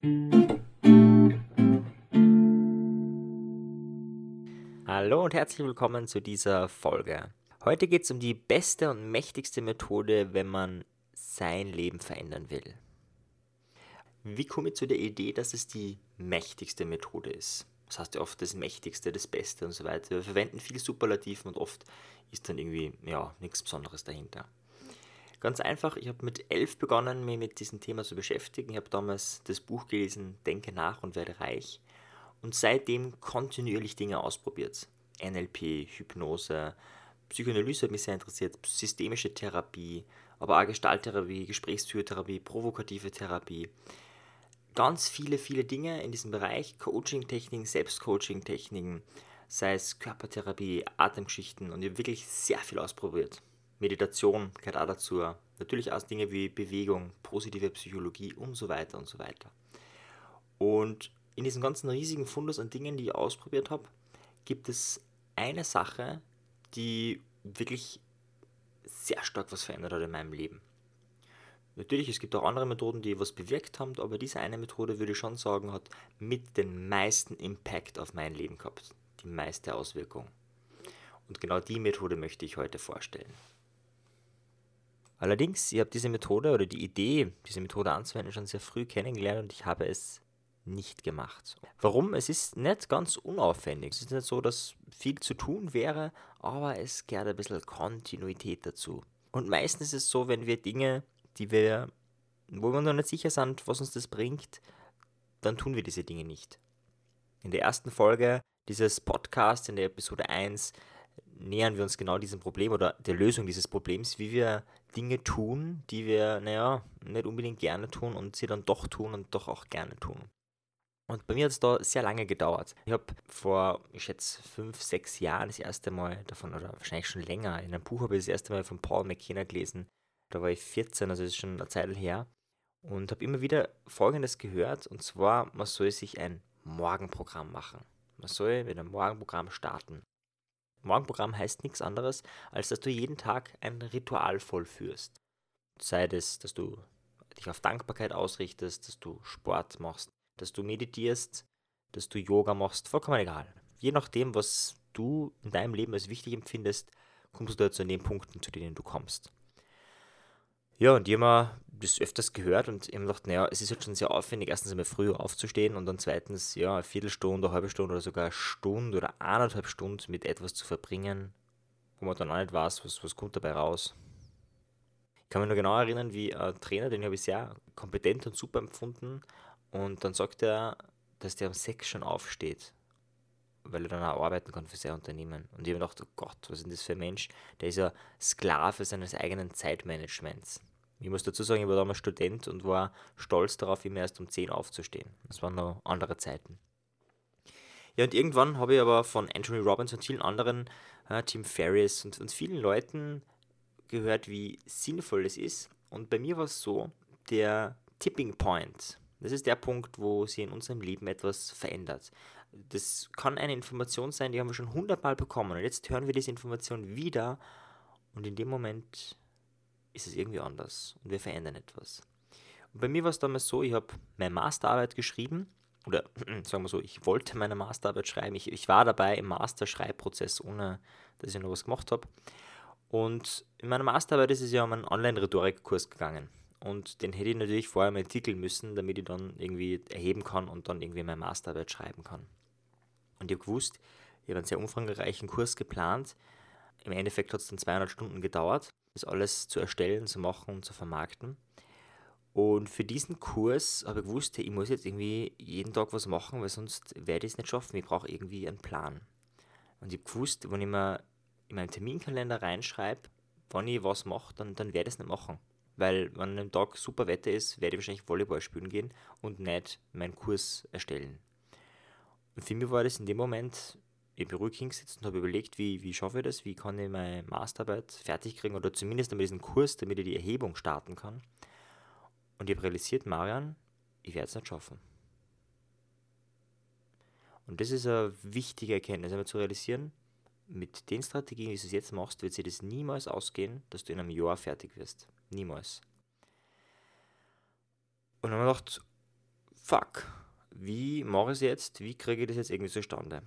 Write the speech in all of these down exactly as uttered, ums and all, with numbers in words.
Hallo und herzlich willkommen zu dieser Folge. Heute geht es um die beste und mächtigste Methode, wenn man sein Leben verändern will. Wie komme ich zu der Idee, dass es die mächtigste Methode ist? Das heißt ja oft das Mächtigste, das Beste und so weiter. Wir verwenden viel Superlativen und oft ist dann irgendwie ja, nichts Besonderes dahinter. Ganz einfach, ich habe mit elf begonnen, mich mit diesem Thema zu beschäftigen. Ich habe damals das Buch gelesen, Denke nach und werde reich. Und seitdem kontinuierlich Dinge ausprobiert. N L P, Hypnose, Psychoanalyse hat mich sehr interessiert, systemische Therapie, aber auch Gestalttherapie, Gesprächspsychotherapie, provokative Therapie. Ganz viele, viele Dinge in diesem Bereich, Coaching-Techniken, Selbstcoaching-Techniken, sei es Körpertherapie, Atemgeschichten, und ich habe wirklich sehr viel ausprobiert. Meditation gehört auch dazu, natürlich auch Dinge wie Bewegung, positive Psychologie und so weiter und so weiter. Und in diesem ganzen riesigen Fundus an Dingen, die ich ausprobiert habe, gibt es eine Sache, die wirklich sehr stark was verändert hat in meinem Leben. Natürlich, es gibt auch andere Methoden, die was bewirkt haben, aber diese eine Methode, würde ich schon sagen, hat mit den meisten Impact auf mein Leben gehabt. Die meiste Auswirkung. Und genau die Methode möchte ich heute vorstellen. Allerdings, ich habe diese Methode oder die Idee, diese Methode anzuwenden, schon sehr früh kennengelernt und ich habe es nicht gemacht. Warum? Es ist nicht ganz unaufwendig. Es ist nicht so, dass viel zu tun wäre, aber es gehört ein bisschen Kontinuität dazu. Und meistens ist es so, wenn wir Dinge, die wir, wo wir noch nicht sicher sind, was uns das bringt, dann tun wir diese Dinge nicht. In der ersten Folge dieses Podcasts, in der Episode eins, nähern wir uns genau diesem Problem oder der Lösung dieses Problems, wie wir Dinge tun, die wir, naja, nicht unbedingt gerne tun und sie dann doch tun und doch auch gerne tun. Und bei mir hat es da sehr lange gedauert. Ich habe vor, ich schätze, fünf, sechs Jahren das erste Mal davon, oder wahrscheinlich schon länger, in einem Buch habe ich das erste Mal von Paul McKenna gelesen. Da war ich vierzehn, also das ist schon eine Zeit her. Und habe immer wieder Folgendes gehört, und zwar, man soll sich ein Morgenprogramm machen. Man soll mit einem Morgenprogramm starten. Morgenprogramm heißt nichts anderes, als dass du jeden Tag ein Ritual vollführst. Sei das, dass du dich auf Dankbarkeit ausrichtest, dass du Sport machst, dass du meditierst, dass du Yoga machst, vollkommen egal. Je nachdem, was du in deinem Leben als wichtig empfindest, kommst du zu den Punkten, zu denen du kommst. Ja, und ich habe mir das öfters gehört und ich habe mir gedacht, naja, es ist jetzt schon sehr aufwendig, erstens einmal früh aufzustehen und dann zweitens, ja, eine Viertelstunde, eine halbe Stunde oder sogar eine Stunde oder eineinhalb Stunden mit etwas zu verbringen, wo man dann auch nicht weiß, was, was kommt dabei raus. Ich kann mich nur genau erinnern, wie ein Trainer, den habe ich sehr kompetent und super empfunden, und dann sagt er, dass der um sechs schon aufsteht, weil er dann auch arbeiten kann für sein Unternehmen. Und ich habe mir gedacht, oh Gott, was ist denn das für ein Mensch? Der ist ja Sklave seines eigenen Zeitmanagements. Ich muss dazu sagen, ich war damals Student und war stolz darauf, immer erst um zehn aufzustehen. Das waren noch andere Zeiten. Ja, und irgendwann habe ich aber von Anthony Robbins und vielen anderen, äh, Tim Ferriss und, und vielen Leuten gehört, wie sinnvoll es ist. Und bei mir war es so, der Tipping Point, das ist der Punkt, wo sich in unserem Leben etwas verändert. Das kann eine Information sein, die haben wir schon hundertmal bekommen. Und jetzt hören wir diese Information wieder und in dem Moment ist es irgendwie anders und wir verändern etwas. Und bei mir war es damals so, ich habe meine Masterarbeit geschrieben, oder sagen wir so, ich wollte meine Masterarbeit schreiben. Ich, ich war dabei im Masterschreibprozess, ohne dass ich noch was gemacht habe. Und in meiner Masterarbeit ist es ja um einen Online-Rhetorikkurs gegangen. Und den hätte ich natürlich vorher mal entwickeln müssen, damit ich dann irgendwie erheben kann und dann irgendwie meine Masterarbeit schreiben kann. Und ich habe gewusst, ich habe einen sehr umfangreichen Kurs geplant. Im Endeffekt hat es dann zweihundert Stunden gedauert, das alles zu erstellen, zu machen und zu vermarkten. Und für diesen Kurs habe ich gewusst, hey, ich muss jetzt irgendwie jeden Tag was machen, weil sonst werde ich es nicht schaffen. Ich brauche irgendwie einen Plan. Und ich habe gewusst, wenn ich mir in meinen Terminkalender reinschreibe, wann ich was mache, dann, dann werde ich es nicht machen. Weil wenn an einem Tag super Wetter ist, werde ich wahrscheinlich Volleyball spielen gehen und nicht meinen Kurs erstellen. Und für mich war das in dem Moment, ich bin ruhig hingesetzt und habe überlegt, wie, wie schaffe ich das, wie kann ich meine Masterarbeit fertig kriegen oder zumindest einmal diesen Kurs, damit ich die Erhebung starten kann. Und ich habe realisiert, Marian, ich werde es nicht schaffen. Und das ist eine wichtige Erkenntnis, einmal zu realisieren, mit den Strategien, wie du es jetzt machst, wird sich das niemals ausgehen, dass du in einem Jahr fertig wirst. Niemals. Und dann habe ich gedacht, fuck, wie mache ich es jetzt? Wie kriege ich das jetzt irgendwie zustande?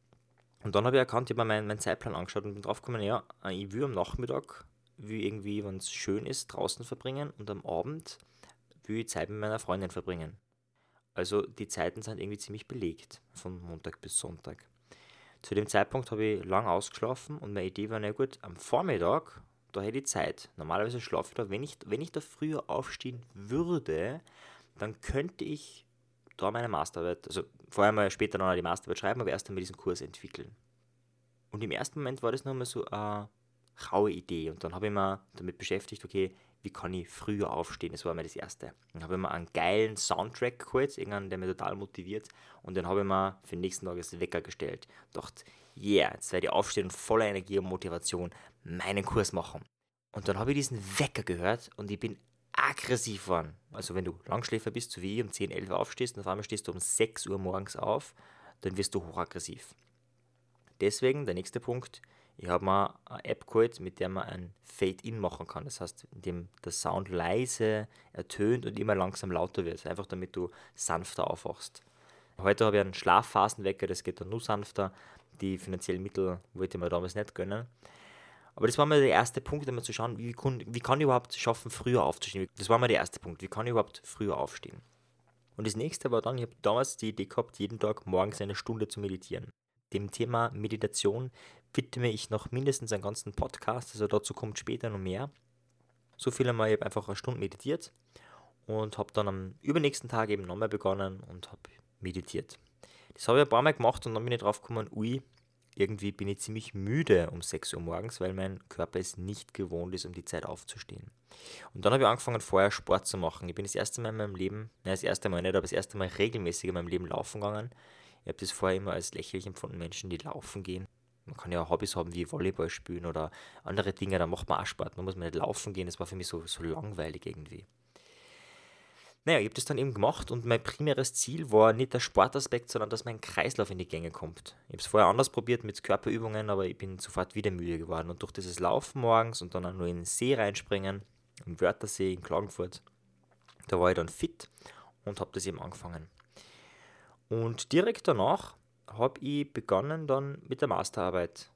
Und dann habe ich erkannt, ich habe mir meinen, meinen Zeitplan angeschaut und bin drauf gekommen, ja, ich will am Nachmittag, will irgendwie, wenn es schön ist, draußen verbringen und am Abend will ich Zeit mit meiner Freundin verbringen. Also die Zeiten sind irgendwie ziemlich belegt, von Montag bis Sonntag. Zu dem Zeitpunkt habe ich lang ausgeschlafen und meine Idee war, na gut, am Vormittag, da hätte ich Zeit. Normalerweise schlafe ich da, wenn ich, wenn ich da früher aufstehen würde, dann könnte ich da meine Masterarbeit, also vorher mal später noch die Masterarbeit schreiben, aber erst einmal diesen Kurs entwickeln. Und im ersten Moment war das nochmal so eine raue Idee. Und dann habe ich mich damit beschäftigt, okay, wie kann ich früher aufstehen? Das war mir das Erste. Dann habe ich mir einen geilen Soundtrack geholt, irgendeinen, der mich total motiviert. Und dann habe ich mir für den nächsten Tag das Wecker gestellt. Und dachte, yeah, jetzt werde ich aufstehen und voller Energie und Motivation meinen Kurs machen. Und dann habe ich diesen Wecker gehört und ich bin aggressiv geworden. Also wenn du Langschläfer bist, so wie ich, um zehn, elf Uhr aufstehst und auf einmal stehst du um sechs Uhr morgens auf, dann wirst du hochaggressiv. Deswegen, der nächste Punkt, ich habe mir eine App geholt, mit der man ein Fade-In machen kann. Das heißt, indem der Sound leise ertönt und immer langsam lauter wird. Einfach damit du sanfter aufwachst. Heute habe ich einen Schlafphasenwecker, das geht dann nur sanfter. Die finanziellen Mittel wollte ich mir damals nicht gönnen. Aber das war mal der erste Punkt, einmal zu schauen, wie kann, wie kann ich überhaupt schaffen, früher aufzustehen. Das war mal der erste Punkt, wie kann ich überhaupt früher aufstehen. Und das nächste war dann, ich habe damals die Idee gehabt, jeden Tag morgens eine Stunde zu meditieren. Dem Thema Meditation widme ich noch mindestens einen ganzen Podcast, also dazu kommt später noch mehr. So viel einmal, ich habe einfach eine Stunde meditiert und habe dann am übernächsten Tag eben nochmal begonnen und habe meditiert. Das habe ich ein paar Mal gemacht und dann bin ich drauf gekommen, ui, irgendwie bin ich ziemlich müde um sechs Uhr morgens, weil mein Körper es nicht gewohnt ist, um die Zeit aufzustehen. Und dann habe ich angefangen, vorher Sport zu machen. Ich bin das erste Mal in meinem Leben, nein, das erste Mal nicht, aber das erste Mal regelmäßig in meinem Leben laufen gegangen. Ich habe das vorher immer als lächerlich empfunden, Menschen, die laufen gehen. Man kann ja auch Hobbys haben wie Volleyball spielen oder andere Dinge, da macht man auch Sport. Man muss nicht laufen gehen, das war für mich so, so langweilig irgendwie. Naja, ich habe das dann eben gemacht und mein primäres Ziel war nicht der Sportaspekt, sondern dass mein Kreislauf in die Gänge kommt. Ich habe es vorher anders probiert mit Körperübungen, aber ich bin sofort wieder müde geworden. Und durch dieses Laufen morgens und dann auch nur in den See reinspringen, im Wörthersee in Klagenfurt, da war ich dann fit und habe das eben angefangen. Und direkt danach habe ich begonnen dann mit der Masterarbeit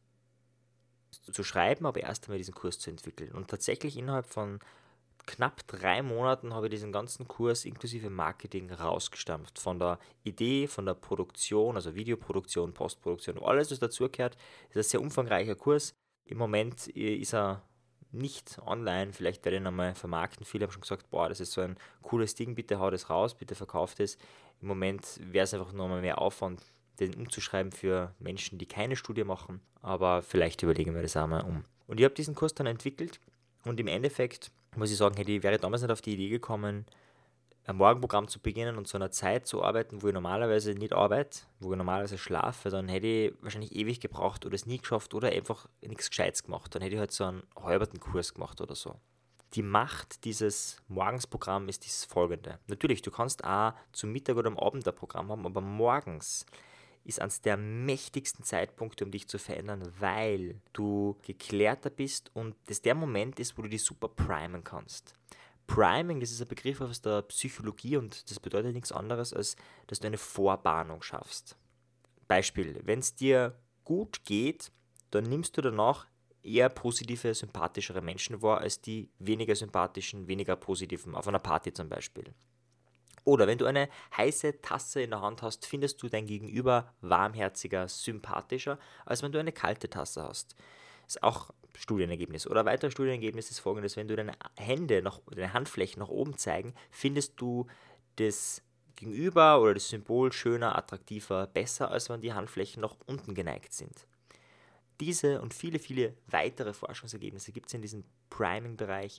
zu schreiben, aber erst einmal diesen Kurs zu entwickeln. Und tatsächlich innerhalb von knapp drei Monaten habe ich diesen ganzen Kurs inklusive Marketing rausgestampft. Von der Idee, von der Produktion, also Videoproduktion, Postproduktion, alles, was dazugehört, ist ein sehr umfangreicher Kurs. Im Moment ist er nicht online, vielleicht werde ich ihn einmal vermarkten. Viele haben schon gesagt, boah, das ist so ein cooles Ding, bitte hau das raus, bitte verkauft es. Im Moment wäre es einfach nochmal mehr Aufwand, den umzuschreiben für Menschen, die keine Studie machen, aber vielleicht überlegen wir das auch mal um. Und ich habe diesen Kurs dann entwickelt und im Endeffekt muss ich sagen, hätte ich wäre damals nicht auf die Idee gekommen, ein Morgenprogramm zu beginnen und zu einer Zeit zu arbeiten, wo ich normalerweise nicht arbeite, wo ich normalerweise schlafe, dann hätte ich wahrscheinlich ewig gebraucht oder es nie geschafft oder einfach nichts Gescheites gemacht. Dann hätte ich halt so einen halberten Kurs gemacht oder so. Die Macht dieses Morgensprogramms ist das folgende. Natürlich, du kannst auch zum Mittag oder am Abend ein Programm haben, aber morgens ist eines der mächtigsten Zeitpunkte, um dich zu verändern, weil du geklärter bist und das der Moment ist, wo du dich super primen kannst. Priming, das ist ein Begriff aus der Psychologie und das bedeutet nichts anderes, als dass du eine Vorbahnung schaffst. Beispiel, wenn es dir gut geht, dann nimmst du danach eher positive, sympathischere Menschen wahr als die weniger sympathischen, weniger positiven, auf einer Party zum Beispiel. Oder wenn du eine heiße Tasse in der Hand hast, findest du dein Gegenüber warmherziger, sympathischer, als wenn du eine kalte Tasse hast. Das ist auch Studienergebnis. Oder ein weiteres Studienergebnis ist folgendes: Wenn du deine Hände, nach, deine Handflächen nach oben zeigen, findest du das Gegenüber oder das Symbol schöner, attraktiver, besser, als wenn die Handflächen nach unten geneigt sind. Diese und viele, viele weitere Forschungsergebnisse gibt es in diesem Priming-Bereich.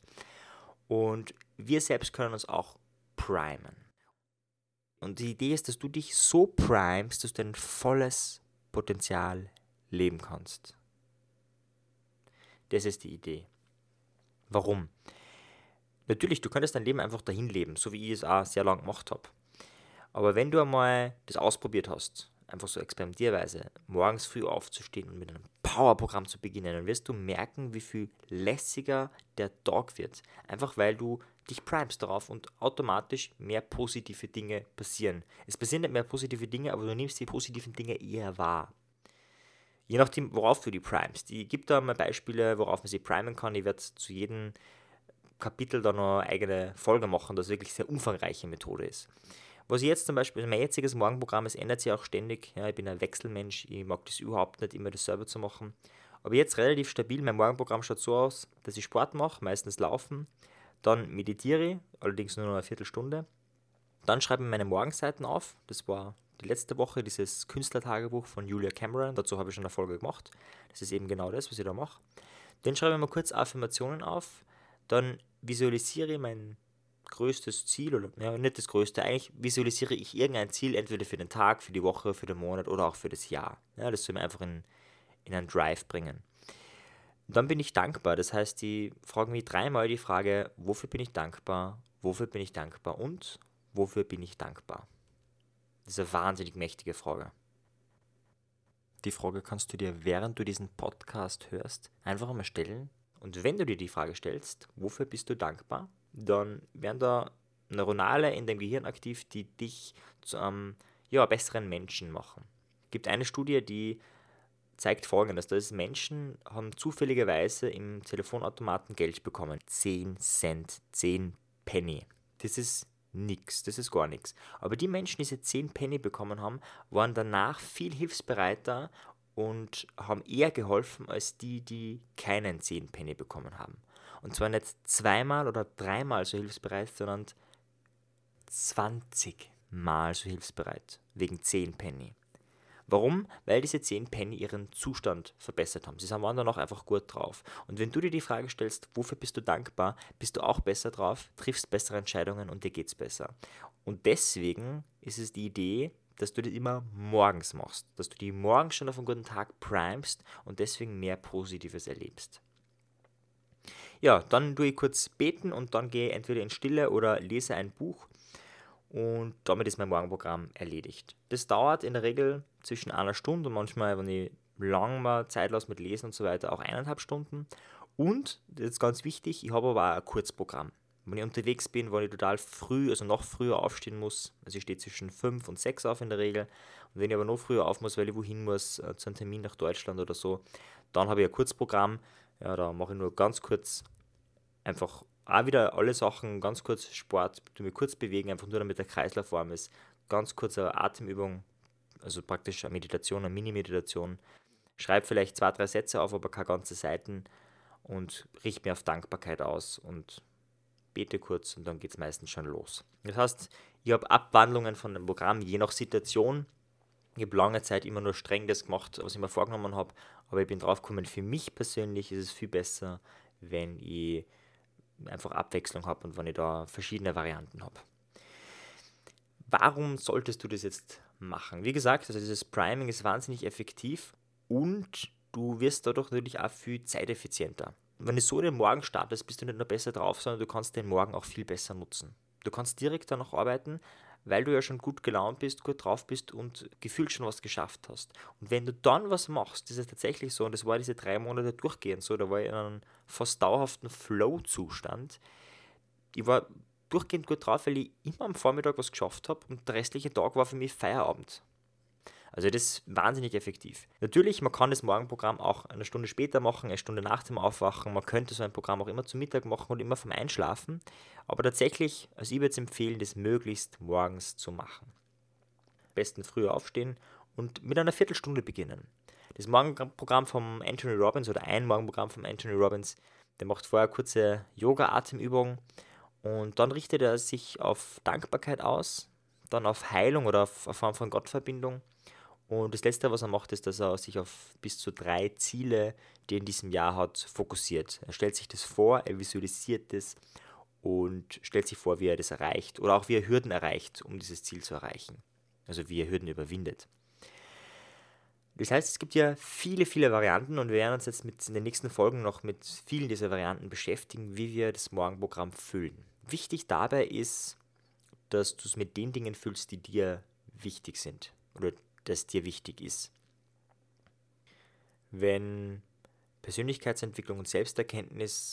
Und wir selbst können uns auch primen. Und die Idee ist, dass du dich so primest, dass du dein volles Potenzial leben kannst. Das ist die Idee. Warum? Natürlich, du könntest dein Leben einfach dahin leben, so wie ich es auch sehr lange gemacht habe. Aber wenn du einmal das ausprobiert hast, einfach so experimentierweise, morgens früh aufzustehen und mit einem Powerprogramm zu beginnen, dann wirst du merken, wie viel lässiger der Tag wird. Einfach weil du dich primest darauf und automatisch mehr positive Dinge passieren. Es passieren nicht mehr positive Dinge, aber du nimmst die positiven Dinge eher wahr. Je nachdem, worauf du die primest. Ich gebe da mal Beispiele, worauf man sie primen kann. Ich werde zu jedem Kapitel da noch eine eigene Folge machen, das wirklich sehr umfangreiche Methode ist. Was ich jetzt zum Beispiel, also mein jetziges Morgenprogramm, es ändert sich auch ständig. Ja, ich bin ein Wechselmensch, ich mag das überhaupt nicht, immer dasselbe zu machen. Aber jetzt relativ stabil, mein Morgenprogramm schaut so aus, dass ich Sport mache, meistens laufen, dann meditiere ich, allerdings nur noch eine Viertelstunde. Dann schreibe ich meine Morgenseiten auf, das war die letzte Woche, dieses Künstlertagebuch von Julia Cameron, dazu habe ich schon eine Folge gemacht. Das ist eben genau das, was ich da mache. Dann schreibe ich mal kurz Affirmationen auf, dann visualisiere ich mein größtes Ziel, oder ja, nicht das größte, eigentlich visualisiere ich irgendein Ziel, entweder für den Tag, für die Woche, für den Monat oder auch für das Jahr. Ja, das soll mir einfach in, in einen Drive bringen. Dann bin ich dankbar, das heißt, die fragen mich dreimal die Frage, wofür bin ich dankbar, wofür bin ich dankbar und wofür bin ich dankbar? Das ist eine wahnsinnig mächtige Frage. Die Frage kannst du dir, während du diesen Podcast hörst, einfach einmal stellen. Und wenn du dir die Frage stellst, wofür bist du dankbar, dann werden da Neuronale in deinem Gehirn aktiv, die dich zu einem ja, besseren Menschen machen. Es gibt eine Studie, die zeigt Folgendes, dass Menschen haben zufälligerweise im Telefonautomaten Geld bekommen. zehn Cent, zehn Penny. Das ist nix, das ist gar nichts. Aber die Menschen, die diese zehn Penny bekommen haben, waren danach viel hilfsbereiter und haben eher geholfen als die, die keinen zehn Penny bekommen haben. Und zwar nicht zweimal oder dreimal so hilfsbereit, sondern zwanzig Mal so hilfsbereit, wegen zehn Penny. Warum? Weil diese zehn Penny ihren Zustand verbessert haben. Sie waren dann auch einfach gut drauf. Und wenn du dir die Frage stellst, wofür bist du dankbar, bist du auch besser drauf, triffst bessere Entscheidungen und dir geht's besser. Und deswegen ist es die Idee, dass du das immer morgens machst, dass du die morgens schon auf einen guten Tag primest und deswegen mehr Positives erlebst. Ja, dann tue ich kurz beten und dann gehe ich entweder in Stille oder lese ein Buch. Und damit ist mein Morgenprogramm erledigt. Das dauert in der Regel zwischen einer Stunde und manchmal, wenn ich lang mal Zeit lasse mit Lesen und so weiter, auch eineinhalb Stunden. Und, das ist ganz wichtig, ich habe aber auch ein Kurzprogramm. Wenn ich unterwegs bin, weil ich total früh, also noch früher aufstehen muss, also ich stehe zwischen fünf und sechs auf in der Regel, und wenn ich aber noch früher auf muss, weil ich wohin muss, äh, zu einem Termin nach Deutschland oder so, dann habe ich ein Kurzprogramm, ja, da mache ich nur ganz kurz einfach auch wieder alle Sachen, ganz kurz Sport, tu mich kurz bewegen, einfach nur damit der Kreislauf warm ist, ganz kurze Atemübung, also praktisch eine Meditation, eine Mini-Meditation, schreib vielleicht zwei, drei Sätze auf, aber keine ganze Seiten und richte mir auf Dankbarkeit aus und bete kurz und dann geht es meistens schon los. Das heißt, ich habe Abwandlungen von dem Programm, je nach Situation. Ich habe lange Zeit immer nur streng das gemacht, was ich mir vorgenommen habe, aber ich bin drauf gekommen, für mich persönlich ist es viel besser, wenn ich einfach Abwechslung habe und wenn ich da verschiedene Varianten habe. Warum solltest du das jetzt machen? Wie gesagt, also dieses Priming ist wahnsinnig effektiv und du wirst dadurch natürlich auch viel zeiteffizienter. Wenn du so den Morgen startest, bist du nicht nur besser drauf, sondern du kannst den Morgen auch viel besser nutzen. Du kannst direkt danach arbeiten, weil du ja schon gut gelaunt bist, gut drauf bist und gefühlt schon was geschafft hast. Und wenn du dann was machst, ist es tatsächlich so, und das war diese drei Monate durchgehend so, da war ich in einem fast dauerhaften Flow-Zustand. Ich war durchgehend gut drauf, weil ich immer am Vormittag was geschafft habe und der restliche Tag war für mich Feierabend. Also das ist wahnsinnig effektiv. Natürlich, man kann das Morgenprogramm auch eine Stunde später machen, eine Stunde nach dem Aufwachen. Man könnte so ein Programm auch immer zum Mittag machen und immer vom Einschlafen. Aber tatsächlich, also ich würde es empfehlen, das möglichst morgens zu machen. Am besten früher aufstehen und mit einer Viertelstunde beginnen. Das Morgenprogramm von Anthony Robbins oder ein Morgenprogramm von Anthony Robbins, der macht vorher kurze Yoga-Atemübungen und dann richtet er sich auf Dankbarkeit aus, dann auf Heilung oder auf eine Form von Gottverbindung. Und das Letzte, was er macht, ist, dass er sich auf bis zu drei Ziele, die er in diesem Jahr hat, fokussiert. Er stellt sich das vor, er visualisiert das und stellt sich vor, wie er das erreicht oder auch wie er Hürden erreicht, um dieses Ziel zu erreichen. Also wie er Hürden überwindet. Das heißt, es gibt ja viele, viele Varianten und wir werden uns jetzt mit in den nächsten Folgen noch mit vielen dieser Varianten beschäftigen, wie wir das Morgenprogramm füllen. Wichtig dabei ist, dass du es mit den Dingen füllst, die dir wichtig sind oder das dir wichtig ist. Wenn Persönlichkeitsentwicklung und Selbsterkenntnis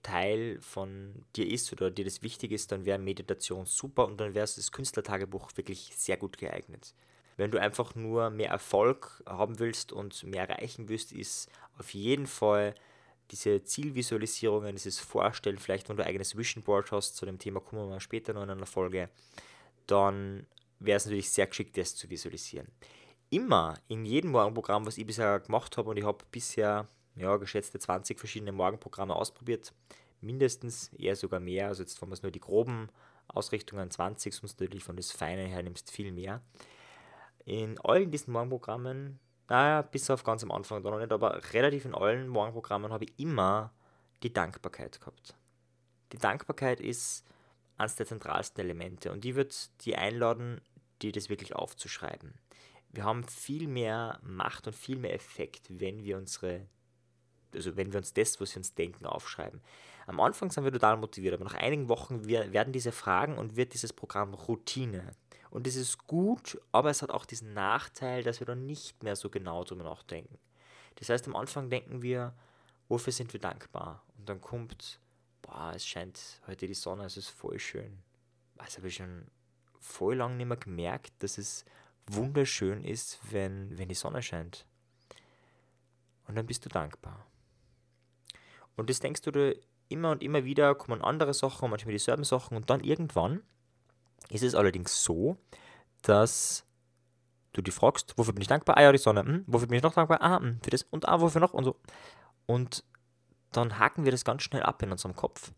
Teil von dir ist oder dir das wichtig ist, dann wäre Meditation super und dann wäre das Künstlertagebuch wirklich sehr gut geeignet. Wenn du einfach nur mehr Erfolg haben willst und mehr erreichen willst, ist auf jeden Fall diese Zielvisualisierungen, dieses Vorstellen, vielleicht wenn du ein eigenes Vision Board hast, zu dem Thema kommen wir mal später noch in einer Folge, dann wäre es natürlich sehr geschickt, das zu visualisieren. Immer in jedem Morgenprogramm, was ich bisher gemacht habe, und ich habe bisher ja, geschätzte zwanzig verschiedene Morgenprogramme ausprobiert, mindestens, eher sogar mehr, also jetzt wenn man es nur die groben Ausrichtungen zwanzig, sonst natürlich von das Feine her nimmst viel mehr. In allen diesen Morgenprogrammen, naja, bis auf ganz am Anfang da noch nicht, aber relativ in allen Morgenprogrammen habe ich immer die Dankbarkeit gehabt. Die Dankbarkeit ist eines der zentralsten Elemente und ich würde die einladen, dir das wirklich aufzuschreiben. Wir haben viel mehr Macht und viel mehr Effekt, wenn wir unsere, also wenn wir uns das, was wir uns denken, aufschreiben. Am Anfang sind wir total motiviert, aber nach einigen Wochen werden diese Fragen und wird dieses Programm Routine. Und das ist gut, aber es hat auch diesen Nachteil, dass wir dann nicht mehr so genau drüber nachdenken. Das heißt, am Anfang denken wir, wofür sind wir dankbar? Und dann kommt, boah, es scheint heute die Sonne, es ist voll schön. Das habe ich schon voll lang nicht mehr gemerkt, dass es wunderschön ist, wenn, wenn die Sonne scheint. Und dann bist du dankbar. Und das denkst du dir immer und immer wieder, kommen andere Sachen, manchmal dieselben Sachen und dann irgendwann ist es allerdings so, dass du dich fragst, wofür bin ich dankbar? Ah ja, die Sonne. Hm, wofür bin ich noch dankbar? Ah, hm, für das und ah, wofür noch? Und so. Und dann haken wir das ganz schnell ab in unserem Kopf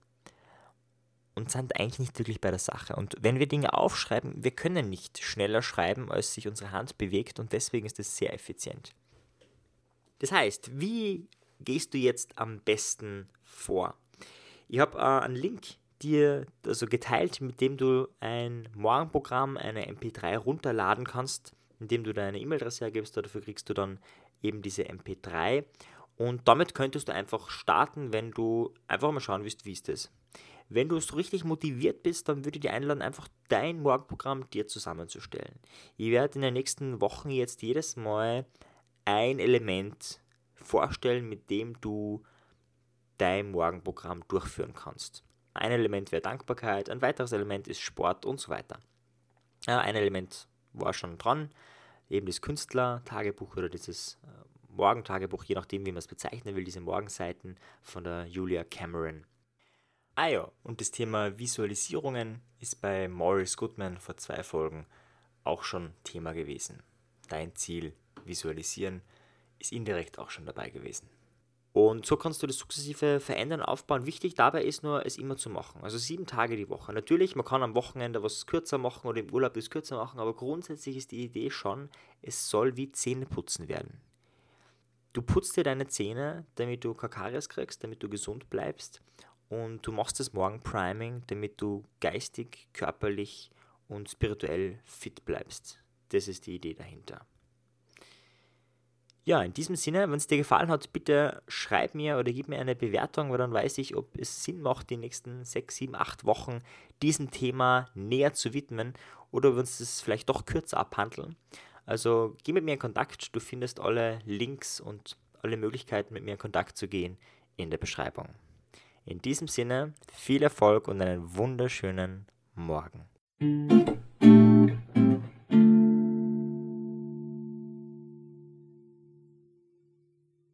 und sind eigentlich nicht wirklich bei der Sache. Und wenn wir Dinge aufschreiben, wir können nicht schneller schreiben, als sich unsere Hand bewegt und deswegen ist das sehr effizient. Das heißt, wie gehst du jetzt am besten vor? Ich habe äh, einen Link dir also geteilt, mit dem du ein Morgenprogramm, eine M P drei runterladen kannst, indem du deine E-Mail-Adresse hergibst. Dafür kriegst du dann eben diese M P drei und damit könntest du einfach starten, wenn du einfach mal schauen willst, wie ist das. Wenn du so richtig motiviert bist, dann würde ich dir einladen, einfach dein Morgenprogramm dir zusammenzustellen. Ich werde in den nächsten Wochen jetzt jedes Mal ein Element vorstellen, mit dem du dein Morgenprogramm durchführen kannst. Ein Element wäre Dankbarkeit, ein weiteres Element ist Sport und so weiter. Ja, ein Element war schon dran, eben das Künstlertagebuch oder dieses äh, Morgentagebuch, je nachdem, wie man es bezeichnen will, diese Morgenseiten von der Julia Cameron. Ah ja, und das Thema Visualisierungen ist bei Maurice Goodman vor zwei Folgen auch schon Thema gewesen. Dein Ziel, visualisieren, ist indirekt auch schon dabei gewesen. Und so kannst du das sukzessive verändern, aufbauen. Wichtig dabei ist nur, es immer zu machen. Also sieben Tage die Woche. Natürlich, man kann am Wochenende was kürzer machen oder im Urlaub das kürzer machen, aber grundsätzlich ist die Idee schon, es soll wie Zähneputzen werden. Du putzt dir deine Zähne, damit du Kakaries kriegst, damit du gesund bleibst. Und du machst das Morgenpriming, damit du geistig, körperlich und spirituell fit bleibst. Das ist die Idee dahinter. Ja, in diesem Sinne, wenn es dir gefallen hat, bitte schreib mir oder gib mir eine Bewertung, weil dann weiß ich, ob es Sinn macht, die nächsten sechs, sieben, acht Wochen diesem Thema näher zu widmen oder wir uns das vielleicht doch kürzer abhandeln. Also geh mit mir in Kontakt, du findest alle Links und alle Möglichkeiten, mit mir in Kontakt zu gehen, in der Beschreibung. In diesem Sinne, viel Erfolg und einen wunderschönen Morgen.